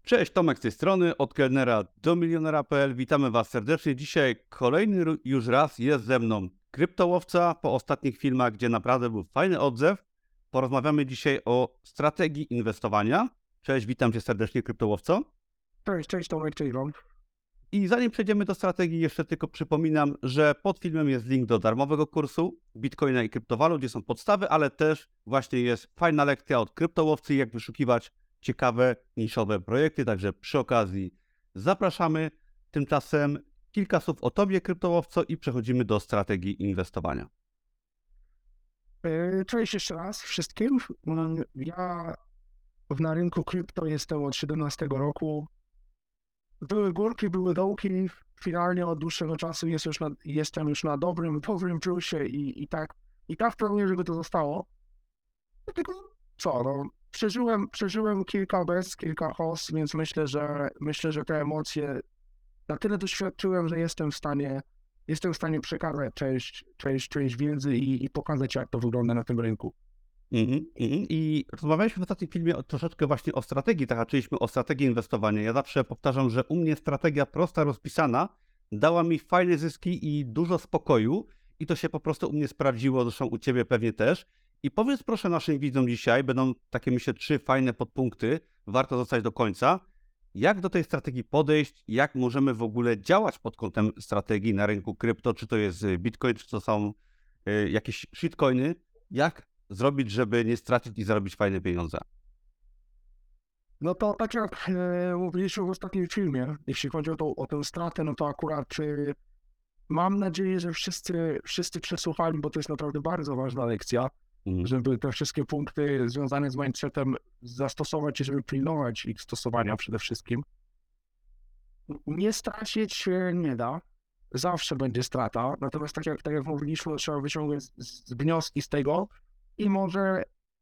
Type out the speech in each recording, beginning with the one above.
Cześć, Tomek z tej strony, od kelnera do milionera.pl. Witamy Was serdecznie. Dzisiaj kolejny już raz jest ze mną kryptołowca po ostatnich filmach, gdzie naprawdę był fajny odzew. Porozmawiamy dzisiaj o strategii inwestowania. Cześć, witam Cię serdecznie, kryptołowco. Cześć Tomek, cześć Wam. I zanim przejdziemy do strategii, jeszcze tylko przypominam, że pod filmem jest link do darmowego kursu Bitcoina i kryptowalut, gdzie są podstawy, ale też właśnie jest fajna lekcja od kryptołowcy, jak wyszukiwać ciekawe, niszowe projekty, także przy okazji zapraszamy. Tymczasem kilka słów o Tobie, kryptołowco, i przechodzimy do strategii inwestowania. Cześć jeszcze raz wszystkim. Ja na rynku krypto jestem od 17 roku. Były górki, były dołki. Finalnie od dłuższego czasu jestem już na dobrym plusie i tak planuję, żeby to zostało. Dlatego przeżyłem kilka kilka hoss, więc myślę, że te emocje na tyle doświadczyłem, że jestem w stanie przekazać część wiedzy i pokazać, jak to wygląda na tym rynku. I rozmawialiśmy w ostatnim filmie troszeczkę właśnie o strategii, tak, zaczęliśmy o strategii inwestowania. Ja zawsze powtarzam, że u mnie strategia prosta, rozpisana dała mi fajne zyski i dużo spokoju i to się po prostu u mnie sprawdziło, zresztą u Ciebie pewnie też. I powiedz proszę naszym widzom dzisiaj, będą takie, myślę, 3 fajne podpunkty, warto zostać do końca, jak do tej strategii podejść, jak możemy w ogóle działać pod kątem strategii na rynku krypto, czy to jest Bitcoin, czy to są jakieś shitcoiny, jak zrobić, żeby nie stracić i zarobić fajne pieniądze? No to tak jak mówiliśmy w ostatnim filmie, jeśli chodzi o tę stratę, no to akurat mam nadzieję, że wszyscy przesłuchali, bo to jest naprawdę bardzo ważna lekcja, żeby te wszystkie punkty związane z mindsetem zastosować i żeby pilnować ich stosowania przede wszystkim. Nie stracić się nie da, zawsze będzie strata, natomiast tak jak mówiliśmy, trzeba wyciągnąć wnioski z tego i może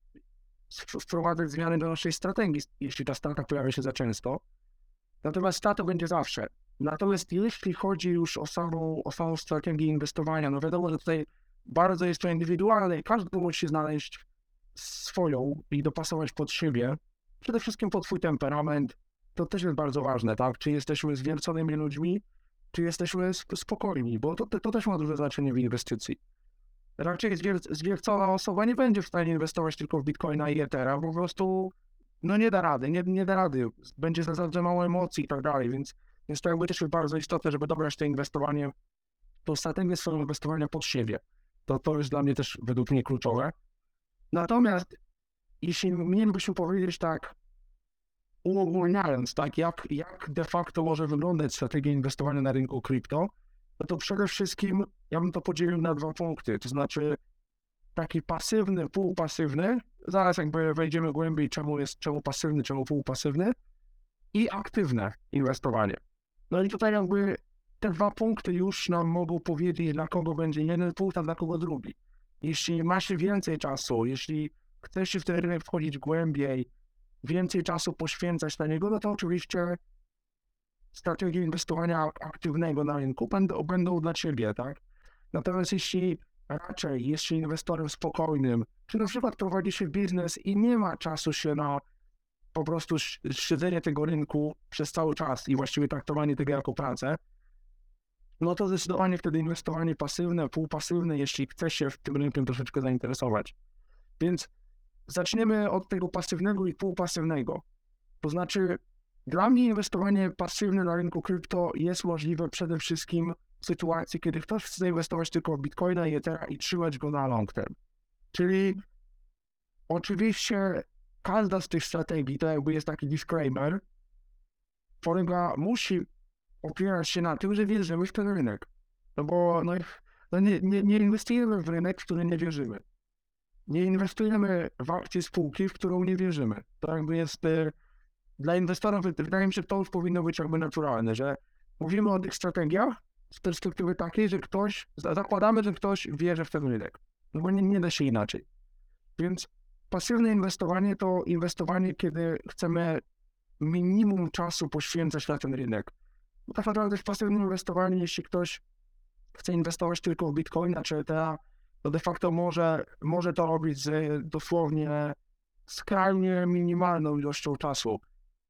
wprowadzać zmiany do naszej strategii, jeśli ta strata pojawia się za często. Natomiast strata będzie zawsze. Natomiast jeśli chodzi już o samą strategię inwestowania, no wiadomo, że tutaj bardzo jest to indywidualne i każdy musi znaleźć swoją i dopasować pod siebie. Przede wszystkim pod swój temperament. To też jest bardzo ważne, tak? Czy jesteśmy zwierconymi ludźmi, czy jesteśmy spokojni, bo to też ma duże znaczenie w inwestycji. Raczej zwiercona osoba nie będzie w stanie inwestować tylko w Bitcoina i Ethera, po prostu nie da rady, nie da rady, będzie za mało emocji i tak dalej, więc to jakby też jest bardzo istotne, żeby dobrać to inwestowanie, tą strategię swojego inwestowania pod siebie. To jest dla mnie też według mnie kluczowe. Natomiast jeśli mielibyśmy powiedzieć tak, uogólniając, tak, jak de facto może wyglądać strategia inwestowania na rynku krypto, no to przede wszystkim ja bym to podzielił na 2 punkty, to znaczy taki pasywny, półpasywny, zaraz jakby wejdziemy głębiej, czemu pasywny, czemu półpasywny, i aktywne inwestowanie. No i tutaj jakby te 2 punkty już nam mogą powiedzieć, dla kogo będzie jeden punkt, a dla kogo drugi. Jeśli ma się więcej czasu, jeśli chce się w ten rynek wchodzić głębiej, więcej czasu poświęcać na niego, no to oczywiście strategie inwestowania aktywnego na rynku będą dla Ciebie, tak? Natomiast jeśli jest się inwestorem spokojnym, czy na przykład prowadzi się biznes i nie ma czasu się na po prostu śledzenie tego rynku przez cały czas i właściwie traktowanie tego jako pracę, no to zdecydowanie wtedy inwestowanie pasywne, półpasywne, jeśli chce się w tym rynkiem troszeczkę zainteresować. Więc zaczniemy od tego pasywnego i półpasywnego. To znaczy, dla mnie inwestowanie pasywne na rynku krypto jest możliwe przede wszystkim w sytuacji, kiedy ktoś chce zainwestować tylko w Bitcoina i Ethera i trzymać go na long term. Czyli oczywiście każda z tych strategii, to jakby jest taki disclaimer, musi opierać się na tym, że wierzymy w ten rynek. No bo nie inwestujemy w rynek, w który nie wierzymy. Nie inwestujemy w akcje spółki, w którą nie wierzymy. To jakby jest dla inwestora, wydaje mi się, to już powinno być jakby naturalne, że mówimy o tych strategiach z perspektywy takiej, że zakładamy, że ktoś wierzy w ten rynek. No bo nie da się inaczej. Więc pasywne inwestowanie to inwestowanie, kiedy chcemy minimum czasu poświęcać na ten rynek. Bo tak naprawdę jest pasywne inwestowanie, jeśli ktoś chce inwestować tylko w Bitcoina czy Ethera, to de facto może to robić z dosłownie skrajnie minimalną ilością czasu.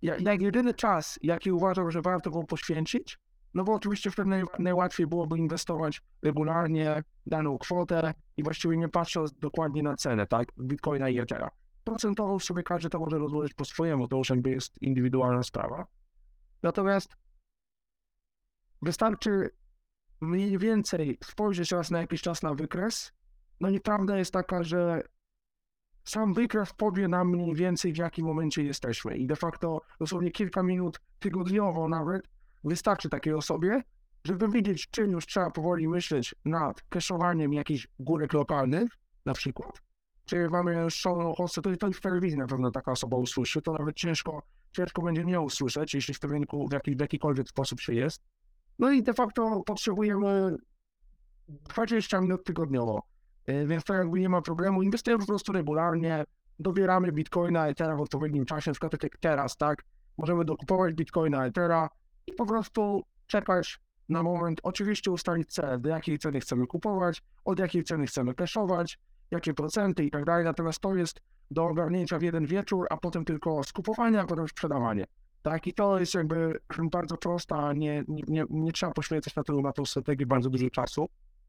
jak jedyny czas, jaki uważam, że warto go poświęcić, no bo oczywiście wtedy najłatwiej byłoby inwestować regularnie daną kwotę i właściwie nie patrząc dokładnie na cenę, tak, Bitcoina i Ethera. Procentowo sobie każdy to może rozłożyć po swojemu, to już jakby jest indywidualna sprawa. Natomiast wystarczy mniej więcej spojrzeć raz na jakiś czas na wykres. No i prawda jest taka, że sam wykres powie nam mniej więcej, w jakim momencie jesteśmy i de facto dosłownie kilka minut tygodniowo nawet wystarczy takiej osobie, żeby wiedzieć, czy już trzeba powoli myśleć nad cashowaniem jakichś górek lokalnych, na przykład, czy mamy szaloną hostę, to w telewizji na pewno taka osoba usłyszy, to nawet ciężko będzie nie usłyszeć, jeśli w tym rynku w jakikolwiek sposób się jest. No i de facto potrzebujemy 20 minut tygodniowo, więc to jakby nie ma problemu. Inwestujemy po prostu regularnie, dobieramy Bitcoina, Ethera w odpowiednim czasie, na przykład tak jak teraz, tak? Możemy dokupować Bitcoina, Ethera i po prostu czekać na moment, oczywiście ustalić cel, do jakiej ceny chcemy kupować, od jakiej ceny chcemy cashować, jakie procenty i tak dalej. Natomiast to jest do ogarnięcia w jeden wieczór, a potem tylko skupowanie, a potem sprzedawanie. Tak, i to jest jakby bardzo prosta, nie trzeba poświęcać na tą strategię bardzo dużo czasu.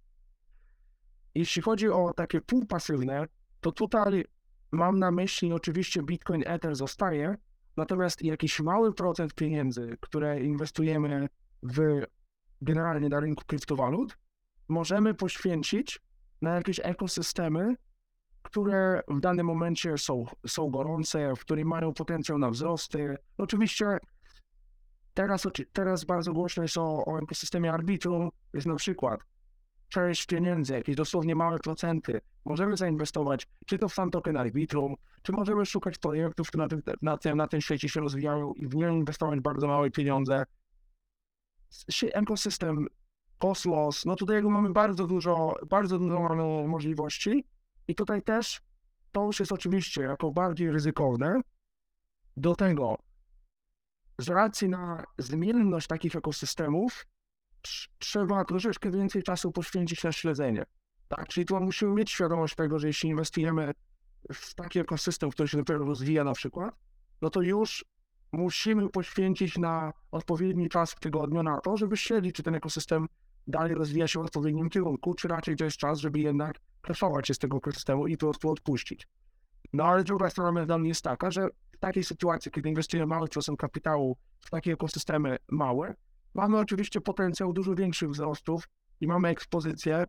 Jeśli chodzi o takie półpasywne, to tutaj mam na myśli oczywiście Bitcoin, Ether zostaje, natomiast jakiś mały procent pieniędzy, które inwestujemy generalnie na rynku kryptowalut, możemy poświęcić na jakieś ekosystemy, które w danym momencie są gorące, w których mają potencjał na wzrosty. Oczywiście teraz bardzo głośno jest o ekosystemie Arbitrum, jest na przykład część pieniędzy, jakieś dosłownie małe procenty, możemy zainwestować czy to w sam token Arbitrum, czy możemy szukać projektów, które na tym świecie się rozwijają i w nie inwestować bardzo małe pieniądze. Ekosystem Cosmos, no tutaj mamy bardzo dużo mamy możliwości i tutaj też to już jest oczywiście jako bardziej ryzykowne. Do tego z racji na zmienność takich ekosystemów trzeba troszeczkę więcej czasu poświęcić na śledzenie. Tak? Czyli tu musimy mieć świadomość tego, że jeśli inwestujemy w taki ekosystem, który się dopiero rozwija na przykład, no to już musimy poświęcić na odpowiedni czas w tygodniu na to, żeby śledzić, czy ten ekosystem dalej rozwija się w odpowiednim kierunku, czy raczej to jest czas, żeby jednak kaszować się z tego ekosystemu i po prostu odpuścić. No ale druga strona medalu jest taka, że w takiej sytuacji, kiedy inwestujemy mały procent kapitału w takie ekosystemy małe, mamy oczywiście potencjał dużo większych wzrostów i mamy ekspozycję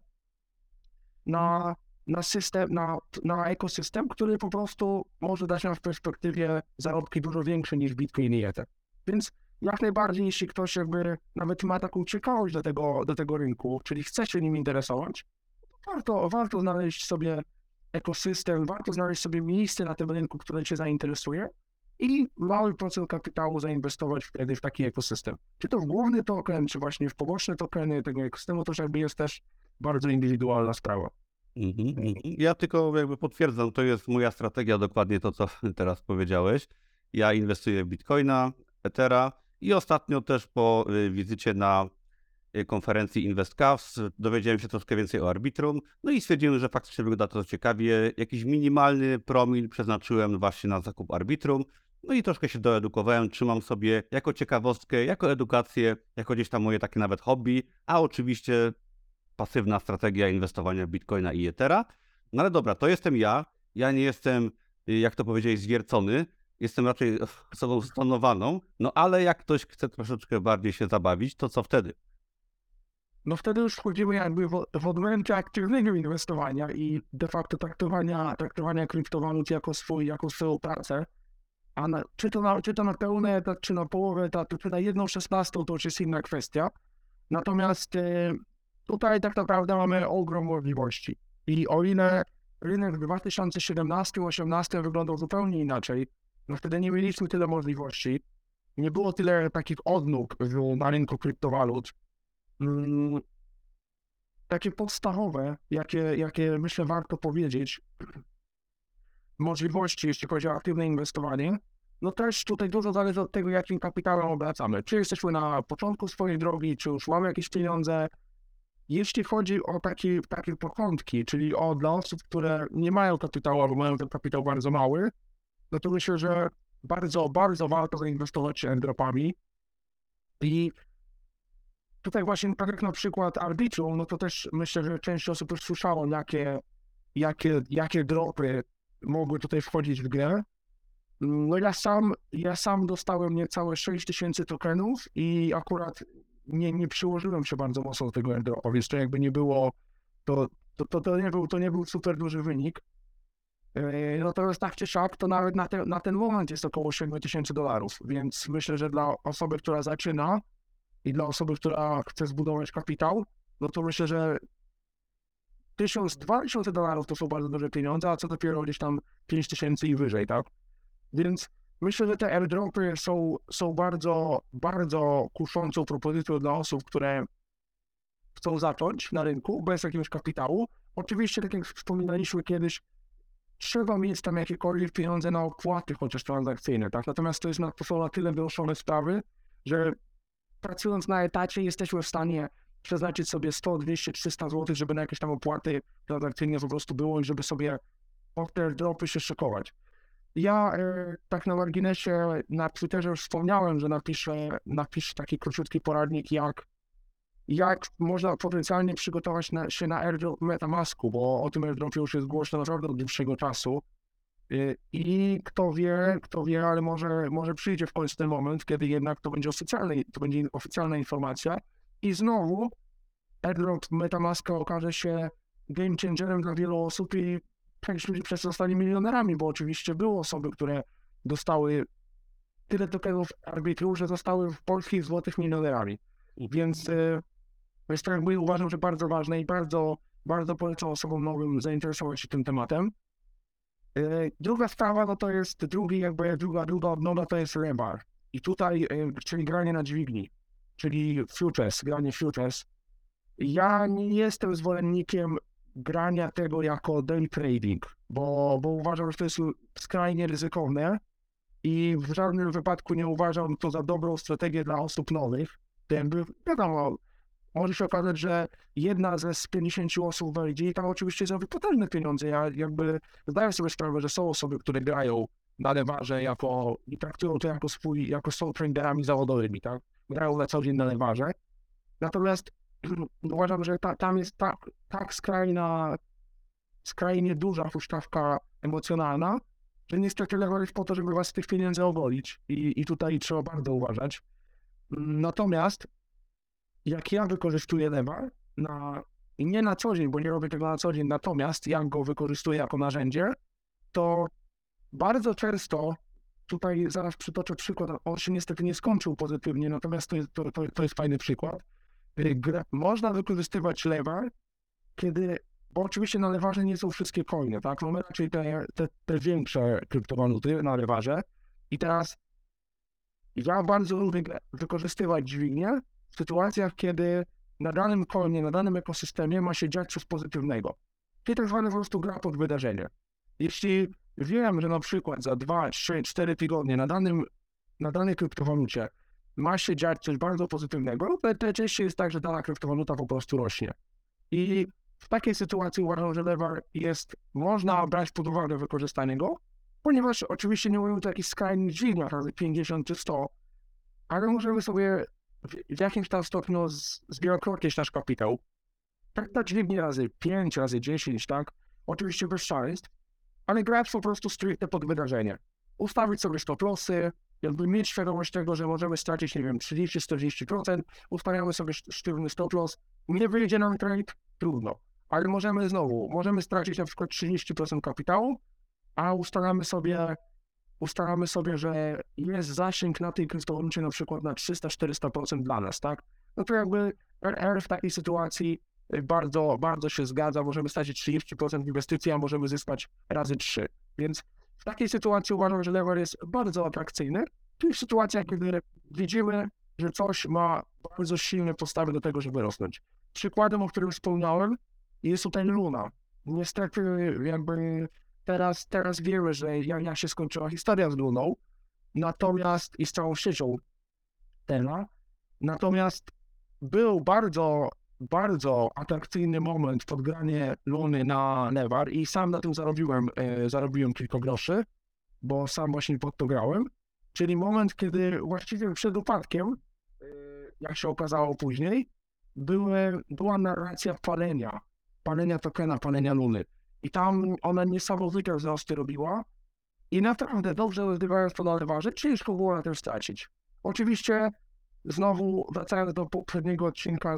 na ekosystem, który po prostu może dać nam w perspektywie zarobki dużo większe niż Bitcoin i Ether. Więc jak najbardziej, jeśli ktoś jakby nawet ma taką ciekawość do tego rynku, czyli chce się nim interesować, warto znaleźć sobie ekosystem, warto znaleźć sobie miejsce na tym rynku, które cię zainteresuje i mały procent kapitału zainwestować wtedy w taki ekosystem. Czy to w główny token, czy właśnie w poboczne tokeny tego ekosystemu, to jakby jest też bardzo indywidualna sprawa. Ja tylko jakby potwierdzam, to jest moja strategia, dokładnie to, co teraz powiedziałeś. Ja inwestuję w Bitcoina, Ethera i ostatnio też po wizycie na konferencji InvestCavs dowiedziałem się troszkę więcej o Arbitrum, no i stwierdziłem, że faktycznie wygląda to ciekawie. Jakiś minimalny promil przeznaczyłem właśnie na zakup Arbitrum, no i troszkę się doedukowałem, trzymam sobie jako ciekawostkę, jako edukację, jako gdzieś tam moje takie nawet hobby, a oczywiście pasywna strategia inwestowania w Bitcoina i Ethera. No ale dobra, to jestem ja nie jestem, jak to powiedziałeś, zwiercony, jestem raczej osobą stonowaną, no ale jak ktoś chce troszeczkę bardziej się zabawić, to co wtedy? No wtedy już wchodzimy jakby w odmęcie aktywnego inwestowania i de facto traktowania kryptowalut jako swoją pracę. A czy to na pełny etat, czy na połowę etatu, czy na 1/16, to już jest inna kwestia. Natomiast tutaj tak naprawdę mamy ogrom możliwości. I o ile rynek w 2017-2018 wyglądał zupełnie inaczej, no wtedy nie mieliśmy tyle możliwości, nie było tyle takich odnóg na rynku kryptowalut. Takie podstawowe, jakie myślę warto powiedzieć, możliwości, jeśli chodzi o aktywne inwestowanie, no też tutaj dużo zależy od tego, jakim kapitałem obracamy. Czy jesteśmy na początku swojej drogi, czy już mamy jakieś pieniądze. Jeśli chodzi o takie początki, czyli dla osób, które nie mają kapitału, albo mają ten kapitał bardzo mały, no to myślę, że bardzo warto zainwestować airdropami. I tutaj właśnie tak jak na przykład Arbitrum, no to też myślę, że część osób już słyszało, jakie dropy mogły tutaj wchodzić w grę. No ja sam dostałem niecałe 6000 tokenów i akurat nie przyłożyłem się bardzo mocno do tego airdropa, więc to jakby nie było, to nie był super duży wynik. Natomiast tak czy siak, to nawet na ten moment jest około $7000, więc myślę, że dla osoby, która zaczyna i dla osoby, która chce zbudować kapitał, no to myślę, że $2000 to są bardzo duże pieniądze, a co dopiero gdzieś tam 5000 i wyżej, tak? Więc myślę, że te airdropy są bardzo kuszącą propozycją dla osób, które chcą zacząć na rynku bez jakiegoś kapitału. Oczywiście, tak jak wspominaliśmy kiedyś, trzeba mieć tam jakiekolwiek pieniądze na opłaty chociaż transakcyjne, tak? Natomiast to są na tyle wyroszone sprawy, że pracując na etacie jesteśmy w stanie przeznaczyć sobie 100, 200, 300 zł, żeby na jakieś tam opłaty transakcyjne po prostu było i żeby sobie od te dropy się szykować. Ja tak na marginesie na Twitterze już wspomniałem, że napiszę taki króciutki poradnik, jak można potencjalnie przygotować się na airdrop MetaMasku, bo o tym airdropie już jest głośno naprawdę od dłuższego czasu. I kto wie, ale może przyjdzie w końcu ten moment, kiedy jednak to będzie oficjalna informacja i znowu airdrop MetaMaska okaże się game changerem dla wielu osób i część ludzi przez to zostali milionerami, bo oczywiście były osoby, które dostały tyle tokenów arbitru, że zostały w polskich złotych milionerami. Więc to jakby uważam, że bardzo ważne i bardzo polecam osobom nowym zainteresować się tym tematem. Druga sprawa, no to jest druga odnoga to jest rebar. I tutaj, czyli granie na dźwigni, czyli granie futures. Ja nie jestem zwolennikiem grania tego jako day trading, bo uważam, że to jest skrajnie ryzykowne i w żadnym wypadku nie uważam to za dobrą strategię dla osób nowych. To jakby, wiadomo, może się okazać, że jedna z 50 osób wejdzie i tam oczywiście zrobi potężne pieniądze. Ja jakby zdaję sobie sprawę, że są osoby, które grają na lewarze i traktują to jako są traderami zawodowymi, tak? Grają na co dzień na lewarze. Natomiast uważam, że tam jest tak skrajnie duża huśtawka emocjonalna, że niestety lewar jest po to, żeby was z tych pieniędzy ogolić i tutaj trzeba bardzo uważać. Natomiast jak ja wykorzystuję lewar i nie na co dzień, bo nie robię tego na co dzień, natomiast jak go wykorzystuję jako narzędzie, to bardzo często, tutaj zaraz przytoczę przykład, on się niestety nie skończył pozytywnie, natomiast to jest fajny przykład. Można wykorzystywać lewar, bo oczywiście na lewarze nie są wszystkie coiny, tak? Mamy raczej te większe kryptowaluty na lewarze i teraz ja bardzo lubię wykorzystywać dźwignię w sytuacjach, kiedy na danym coinie, na danym ekosystemie ma się dziać coś pozytywnego. Czyli tak zwane po prostu gra pod wydarzenie. Jeśli wiem, że na przykład za 2, 3, 4 tygodnie na danej kryptowalucie ma się dziać coś bardzo pozytywnego, to najczęściej jest tak, że dana kryptowaluta po prostu rośnie. I w takiej sytuacji uważam, że lewar można brać pod uwagę wykorzystanie go, ponieważ oczywiście nie mówimy tu o jakichś skrajnych dźwigniach, razy 50 czy 100, ale możemy sobie w jakimś tam stopniu zwielokrotnić nasz kapitał. Tak ta dźwignia razy 5, razy 10, tak? Oczywiście bez szaleństw, ale grać po prostu stricte pod wydarzenie. Ustawić sobie stop lossy, jakby mieć świadomość tego, że możemy stracić, nie wiem, 30-40%, ustawiamy sobie sztywny stop loss, nie wyjdzie nam trade, trudno. Ale możemy stracić na przykład 30% kapitału, a ustalamy sobie, że jest zasięg na tej kryptowalucie na przykład na 300-400% dla nas, tak? No to jakby RR w takiej sytuacji bardzo się zgadza, możemy stracić 30% inwestycji, a możemy zyskać razy 3. Więc w takiej sytuacji uważam, że lever jest bardzo atrakcyjny. Tu w sytuacjach, kiedy widzimy, że coś ma bardzo silne podstawy do tego, żeby rosnąć. Przykładem, o którym wspomniałem, jest tutaj Luna. Niestety jakby teraz wiemy, że jak się skończyła historia z Luną, natomiast i z całą siecią Tera, natomiast był bardzo atrakcyjny moment podgranie Luny na lewar i sam na tym zarobiłem kilka groszy, bo sam właśnie pod to grałem, czyli moment, kiedy właściwie przed upadkiem, jak się okazało później, była narracja palenia tokena, palenia Luny. I tam ona niesamowite wzrosty robiła i naprawdę dobrze rozgrywając to na lewarze, ciężko było na tym stracić. Oczywiście znowu wracając do poprzedniego odcinka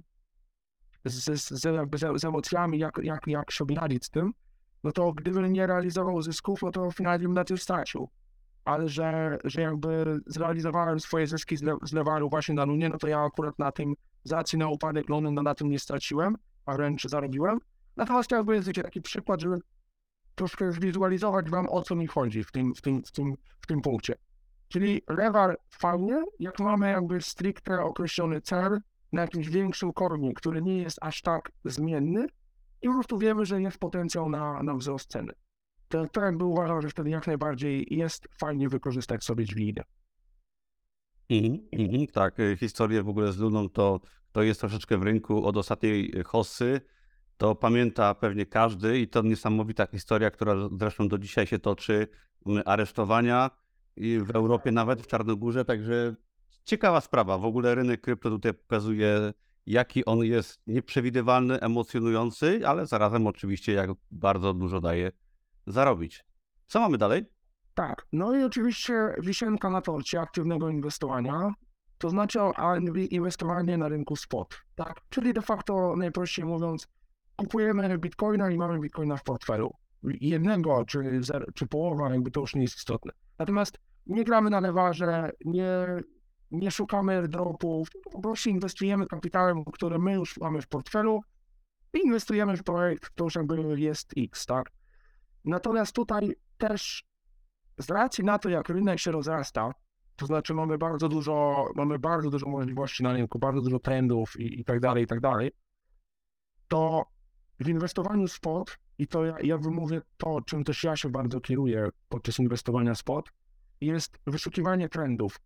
z emocjami, jak sobie radzić z tym, no to gdybym nie realizował zysków, no to finalnie bym na tym stracił. Ale że jakby zrealizowałem swoje zyski z lewaru właśnie na Lunie, no to ja akurat na tym, z racji na upadek Luny, no na tym nie straciłem, a wręcz zarobiłem. Natomiast jakby jest taki przykład, żeby troszkę zwizualizować wam, o co mi chodzi w tym punkcie. Czyli lewar fajnie, jak mamy jakby stricte określony cel na jakimś większym kornie, który nie jest aż tak zmienny i po prostu wiemy, że jest potencjał na wzrost ceny. To jakby uważam, że wtedy jak najbardziej jest fajnie wykorzystać sobie dźwignię. Tak, historię w ogóle z Luną to jest troszeczkę w rynku od ostatniej hossy. To pamięta pewnie każdy i to niesamowita historia, która zresztą do dzisiaj się toczy, aresztowania i w Europie, nawet w Czarnogórze, także ciekawa sprawa. W ogóle rynek krypto tutaj pokazuje, jaki on jest nieprzewidywalny, emocjonujący, ale zarazem oczywiście jak bardzo dużo daje zarobić. Co mamy dalej? Tak, no i oczywiście wisienka na torcie aktywnego inwestowania, to znaczy inwestowanie na rynku spot, tak? Czyli de facto, najprościej mówiąc, kupujemy bitcoina i mamy bitcoina w portfelu. Jednego czy połowa, jakby to już nie jest istotne. Natomiast nie gramy na lewarze, nie szukamy airdropów, po prostu inwestujemy kapitałem, który my już mamy w portfelu i inwestujemy w projekt, który już jakby jest X, tak? Natomiast tutaj też z racji na to, jak rynek się rozrasta, to znaczy mamy bardzo dużo możliwości na rynku, bardzo dużo trendów i tak dalej, to w inwestowaniu spot, i to ja wymówię to, czym też ja się bardzo kieruję podczas inwestowania spot, jest wyszukiwanie trendów.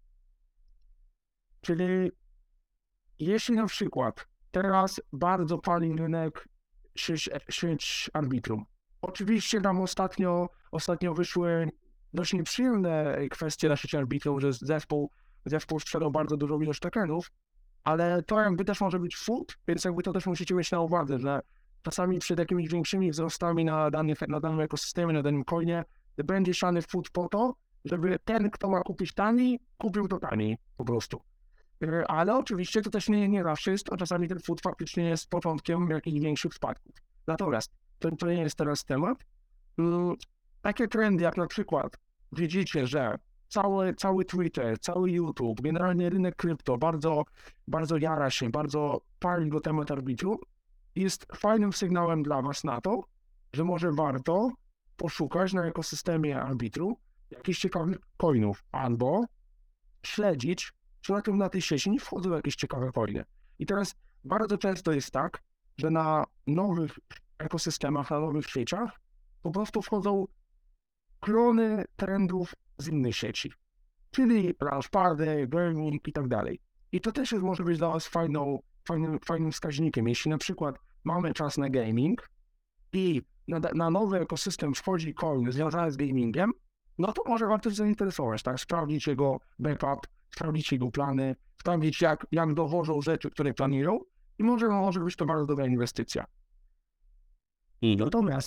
Czyli jeśli na przykład teraz bardzo pali rynek sieć Arbitrum, oczywiście nam ostatnio wyszły dość nieprzyjemne kwestie na sieci Arbitrum, że zespół sprzedał bardzo dużą ilość tokenów, ale to jakby też może być food, więc jakby to też musicie mieć na uwadze, że czasami przed jakimiś większymi wzrostami na danym ekosystemie, na danym coinie, będzie siany food po to, żeby ten, kto ma kupić taniej, kupił to taniej po prostu. Ale oczywiście to też nie zawsze jest, a czasami ten food faktycznie jest początkiem jakichś większych spadków. Natomiast to nie jest teraz temat. Takie trendy jak na przykład widzicie, że cały Twitter, cały YouTube, generalnie rynek krypto bardzo jara się, bardzo pali go temat arbitru, jest fajnym sygnałem dla was na to, że może warto poszukać na ekosystemie arbitru jakichś ciekawych coinów, albo śledzić, czy na tej sieci nie wchodzą jakieś ciekawe coiny. I teraz bardzo często jest tak, że na nowych ekosystemach, na nowych sieciach po prostu wchodzą klony trendów z innych sieci, czyli launchpady, gaming i tak dalej. I to też może być dla was fajnym wskaźnikiem. Jeśli na przykład mamy czas na gaming i na nowy ekosystem wchodzi coin związany z gamingiem, no to może warto się zainteresować, tak? Sprawdzić jego backup, sprawdzić jego plany, sprawdzić jak dowożą rzeczy, które planują i może być to bardzo dobra inwestycja. Natomiast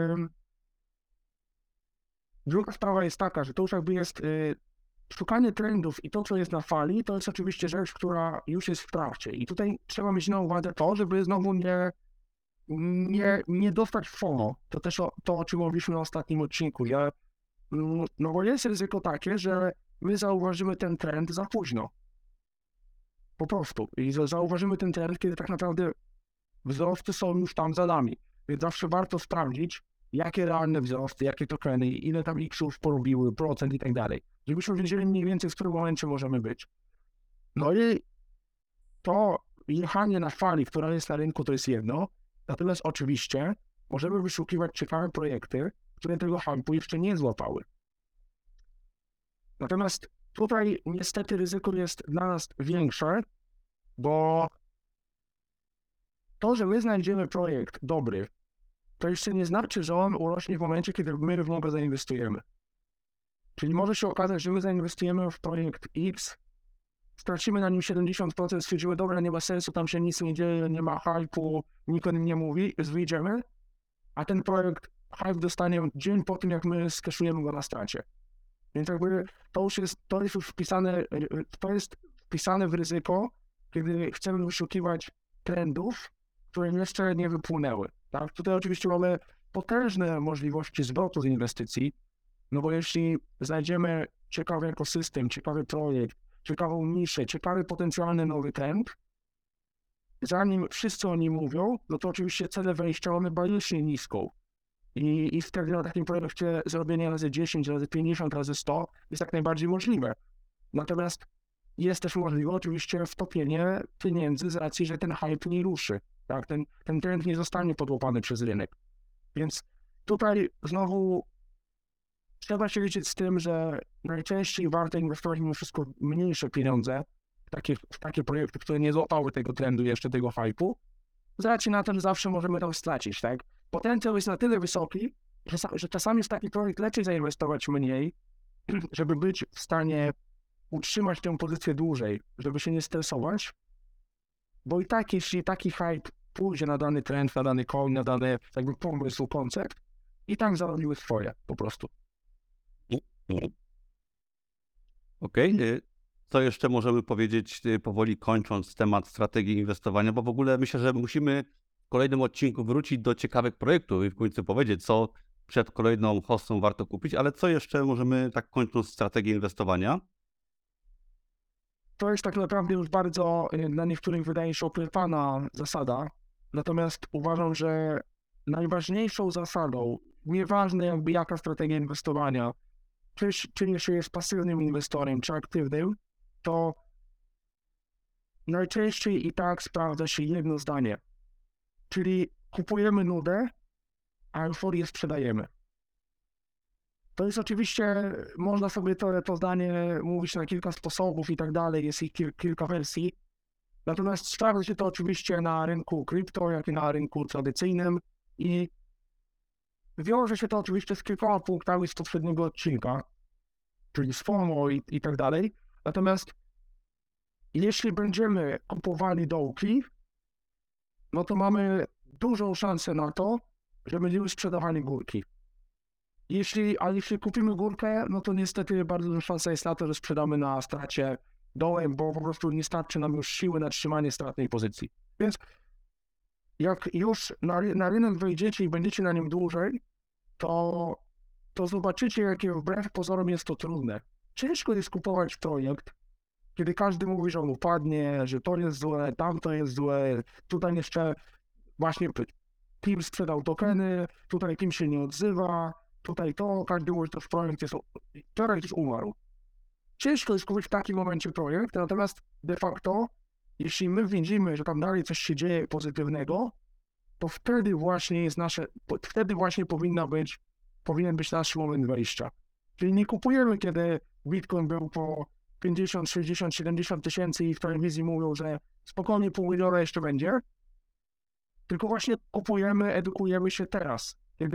druga sprawa jest taka, że to już jakby jest szukanie trendów i to, co jest na fali, to jest oczywiście rzecz, która już jest w trakcie. I tutaj trzeba mieć na uwadze to, żeby znowu nie dostać FOMO. To też to, o czym mówiliśmy na ostatnim odcinku. No bo jest ryzyko takie, że my zauważymy ten trend za późno. Po prostu. I zauważymy ten trend, kiedy tak naprawdę wzrosty są już tam za nami. Więc zawsze warto sprawdzić, jakie realne wzrosty, jakie tokeny, ile tam X-ów porobiły, procent i tak dalej. Żebyśmy wiedzieli mniej więcej, w którym momencie możemy być. No i to jechanie na fali, która jest na rynku, to jest jedno. Natomiast oczywiście możemy wyszukiwać ciekawe projekty, które tego hype'u jeszcze nie złapały. Natomiast tutaj niestety ryzyko jest dla nas większe, bo to, że my znajdziemy projekt dobry, to jeszcze nie znaczy, że on urośnie w momencie, kiedy my w niego zainwestujemy. Czyli może się okazać, że my zainwestujemy w projekt X, stracimy na nim 70%, stwierdzimy, dobra, nie ma sensu, tam się nic nie dzieje, nie ma hype'u, nikt o nim nie mówi, wyjdziemy, a ten projekt hype dostanie dzień po tym, jak my skaszujemy go na stracie. Więc jakby to jest już wpisane w ryzyko, kiedy chcemy wyszukiwać trendów, które jeszcze nie wypłynęły. Tak? Tutaj oczywiście mamy potężne możliwości zwrotu z inwestycji, no bo jeśli znajdziemy ciekawy ekosystem, ciekawy projekt, ciekawą niszę, ciekawy potencjalny nowy trend, zanim wszyscy o nim mówią, no to oczywiście cenę wejścia mamy bajecznie niską. I wtedy na takim projekcie zrobienie razy 10, razy 50, razy 100 jest jak najbardziej możliwe. Natomiast jest też możliwe oczywiście wtopienie pieniędzy z racji, że ten hype nie ruszy. Tak? Ten trend nie zostanie podłapany przez rynek. Więc tutaj znowu trzeba się liczyć z tym, że najczęściej warto inwestować mimo wszystko mniejsze pieniądze w takie projekty, które nie złapały tego trendu jeszcze, tego hype'u, z racji na to, że zawsze możemy tam stracić, tak? Potencjał jest na tyle wysoki, że czasami w taki projekt lepiej zainwestować mniej, żeby być w stanie utrzymać tę pozycję dłużej, żeby się nie stresować, bo i tak jeśli taki hype pójdzie na dany trend, na dany coin, na dany jakby pomysł, koncept, i tak zarobiły swoje po prostu. Okej. Co jeszcze możemy powiedzieć, powoli kończąc temat strategii inwestowania, bo w ogóle myślę, że musimy w kolejnym odcinku wrócić do ciekawych projektów i w końcu powiedzieć, co przed kolejną hossą warto kupić, ale co jeszcze możemy, tak kończąc strategię inwestowania? To jest tak naprawdę już bardzo dla niektórych wydaje się oklepana zasada, natomiast uważam, że najważniejszą zasadą, nieważne jakby jaka strategia inwestowania, czy się jest pasywnym inwestorem, czy aktywnym, to najczęściej i tak sprawdza się jedno zdanie, czyli kupujemy nudę, a euforię sprzedajemy. To jest oczywiście, można sobie to zdanie mówić na kilka sposobów i tak dalej, jest ich kilka wersji, natomiast sprawdza się to oczywiście na rynku krypto, jak i na rynku tradycyjnym i wiąże się to oczywiście z kilkoma punktami z poprzedniego odcinka, czyli z FOMO i tak dalej. Natomiast jeśli będziemy kupowali dołki, no to mamy dużą szansę na to, że będziemy sprzedawali górki. Jeśli kupimy górkę, no to niestety bardzo duża szansa jest na to, że sprzedamy na stracie dołem, bo po prostu nie starczy nam już siły na trzymanie stratnej pozycji. Więc jak już na rynek wejdziecie i będziecie na nim dłużej, to zobaczycie, jakie wbrew pozorom jest to trudne. Ciężko jest kupować projekt, kiedy każdy mówi, że on upadnie, że to jest złe, tamto jest złe, tutaj jeszcze właśnie Team sprzedał tokeny, tutaj Team się nie odzywa, tutaj to, każdy mówi, że to projekt jest umarł. Ciężko jest kupić w takim momencie projekt, natomiast de facto, jeśli my widzimy, że tam dalej coś się dzieje pozytywnego, to wtedy właśnie powinien być nasz moment wejścia. Czyli nie kupujemy, kiedy Bitcoin był po 50, 60, 70 tysięcy i w telewizji mówią, że spokojnie $500 000 jeszcze będzie, tylko właśnie kupujemy, edukujemy się teraz.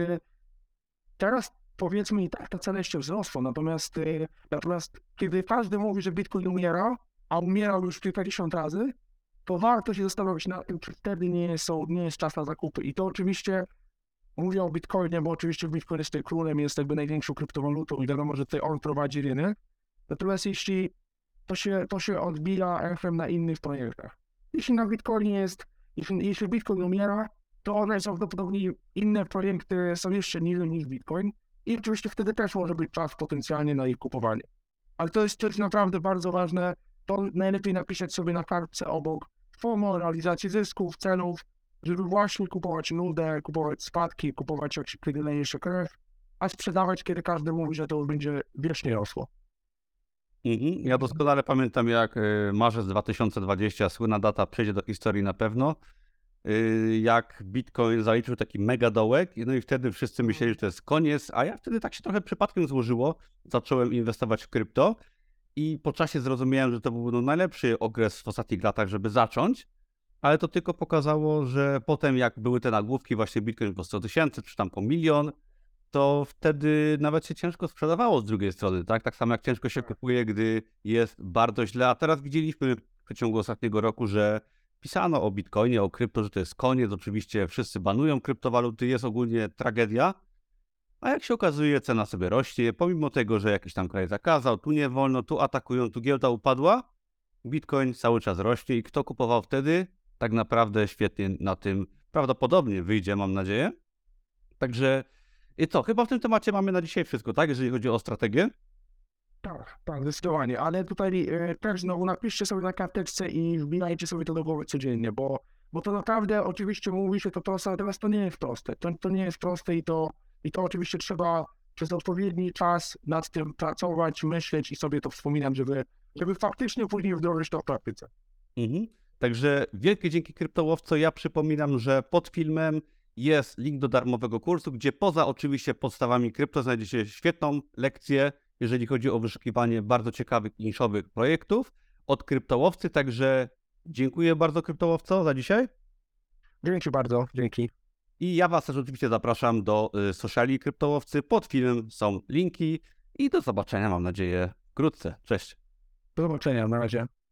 Teraz powiedzmy i tak ta cena jeszcze wzrosła, natomiast kiedy każdy mówi, że Bitcoin umiera, a umierał już kilkadziesiąt razy, to warto się zastanowić nad tym, czy wtedy nie jest czas na zakupy. I to oczywiście mówię o Bitcoinie, bo oczywiście Bitcoin jest tutaj królem, jest jakby największą kryptowalutą i wiadomo, że tutaj on prowadzi rynek. Natomiast jeśli to się odbija echem na innych projektach. Jeśli na Bitcoinie jeśli Bitcoin umiera, to najprawdopodobniej inne projekty są jeszcze niżej niż Bitcoin i oczywiście wtedy też może być czas potencjalnie na ich kupowanie. Ale to jest naprawdę bardzo ważne. To najlepiej napisać sobie na kartce obok FOMO, realizacji zysków, celów, żeby właśnie kupować nudę, kupować spadki, kupować kiedy najmniejszy krew, a sprzedawać, kiedy każdy mówi, że to już będzie wiecznie rosło. Ja doskonale pamiętam, jak marzec 2020, słynna data, przejdzie do historii na pewno, jak Bitcoin zaliczył taki mega dołek, no i wtedy wszyscy myśleli, że to jest koniec, a ja wtedy tak się trochę przypadkiem złożyło, zacząłem inwestować w krypto i po czasie zrozumiałem, że to był najlepszy okres w ostatnich latach, żeby zacząć, ale to tylko pokazało, że potem jak były te nagłówki, właśnie Bitcoin po 100 000, czy tam po 1 000 000, to wtedy nawet się ciężko sprzedawało z drugiej strony, tak? Tak samo jak ciężko się kupuje, gdy jest bardzo źle, a teraz widzieliśmy w przeciągu ostatniego roku, że pisano o Bitcoinie, o krypto, że to jest koniec, oczywiście wszyscy banują kryptowaluty, jest ogólnie tragedia, a jak się okazuje, cena sobie rośnie, pomimo tego, że jakiś tam kraj zakazał, tu nie wolno, tu atakują, tu giełda upadła, Bitcoin cały czas rośnie i kto kupował wtedy, tak naprawdę świetnie na tym prawdopodobnie wyjdzie, mam nadzieję. Także i co, chyba w tym temacie mamy na dzisiaj wszystko, tak? Jeżeli chodzi o strategię. Tak, zdecydowanie, ale tutaj też znowu napiszcie sobie na karteczce i wbijajcie sobie to do głowy codziennie, bo to naprawdę oczywiście mówi się to proste, natomiast to nie jest proste. To nie jest proste i to oczywiście trzeba przez odpowiedni czas nad tym pracować, myśleć i sobie to wspominam, żeby faktycznie później wdrożyć to w praktyce. Także wielkie dzięki kryptołowco. Ja przypominam, że pod filmem jest link do darmowego kursu, gdzie poza oczywiście podstawami krypto znajdziecie świetną lekcję, jeżeli chodzi o wyszukiwanie bardzo ciekawych i niszowych projektów od kryptołowcy. Także dziękuję bardzo kryptołowco za dzisiaj. Dzięki bardzo, dzięki. I ja Was też oczywiście zapraszam do sociali kryptołowcy. Pod filmem są linki i do zobaczenia, mam nadzieję, wkrótce. Cześć. Do zobaczenia, na razie.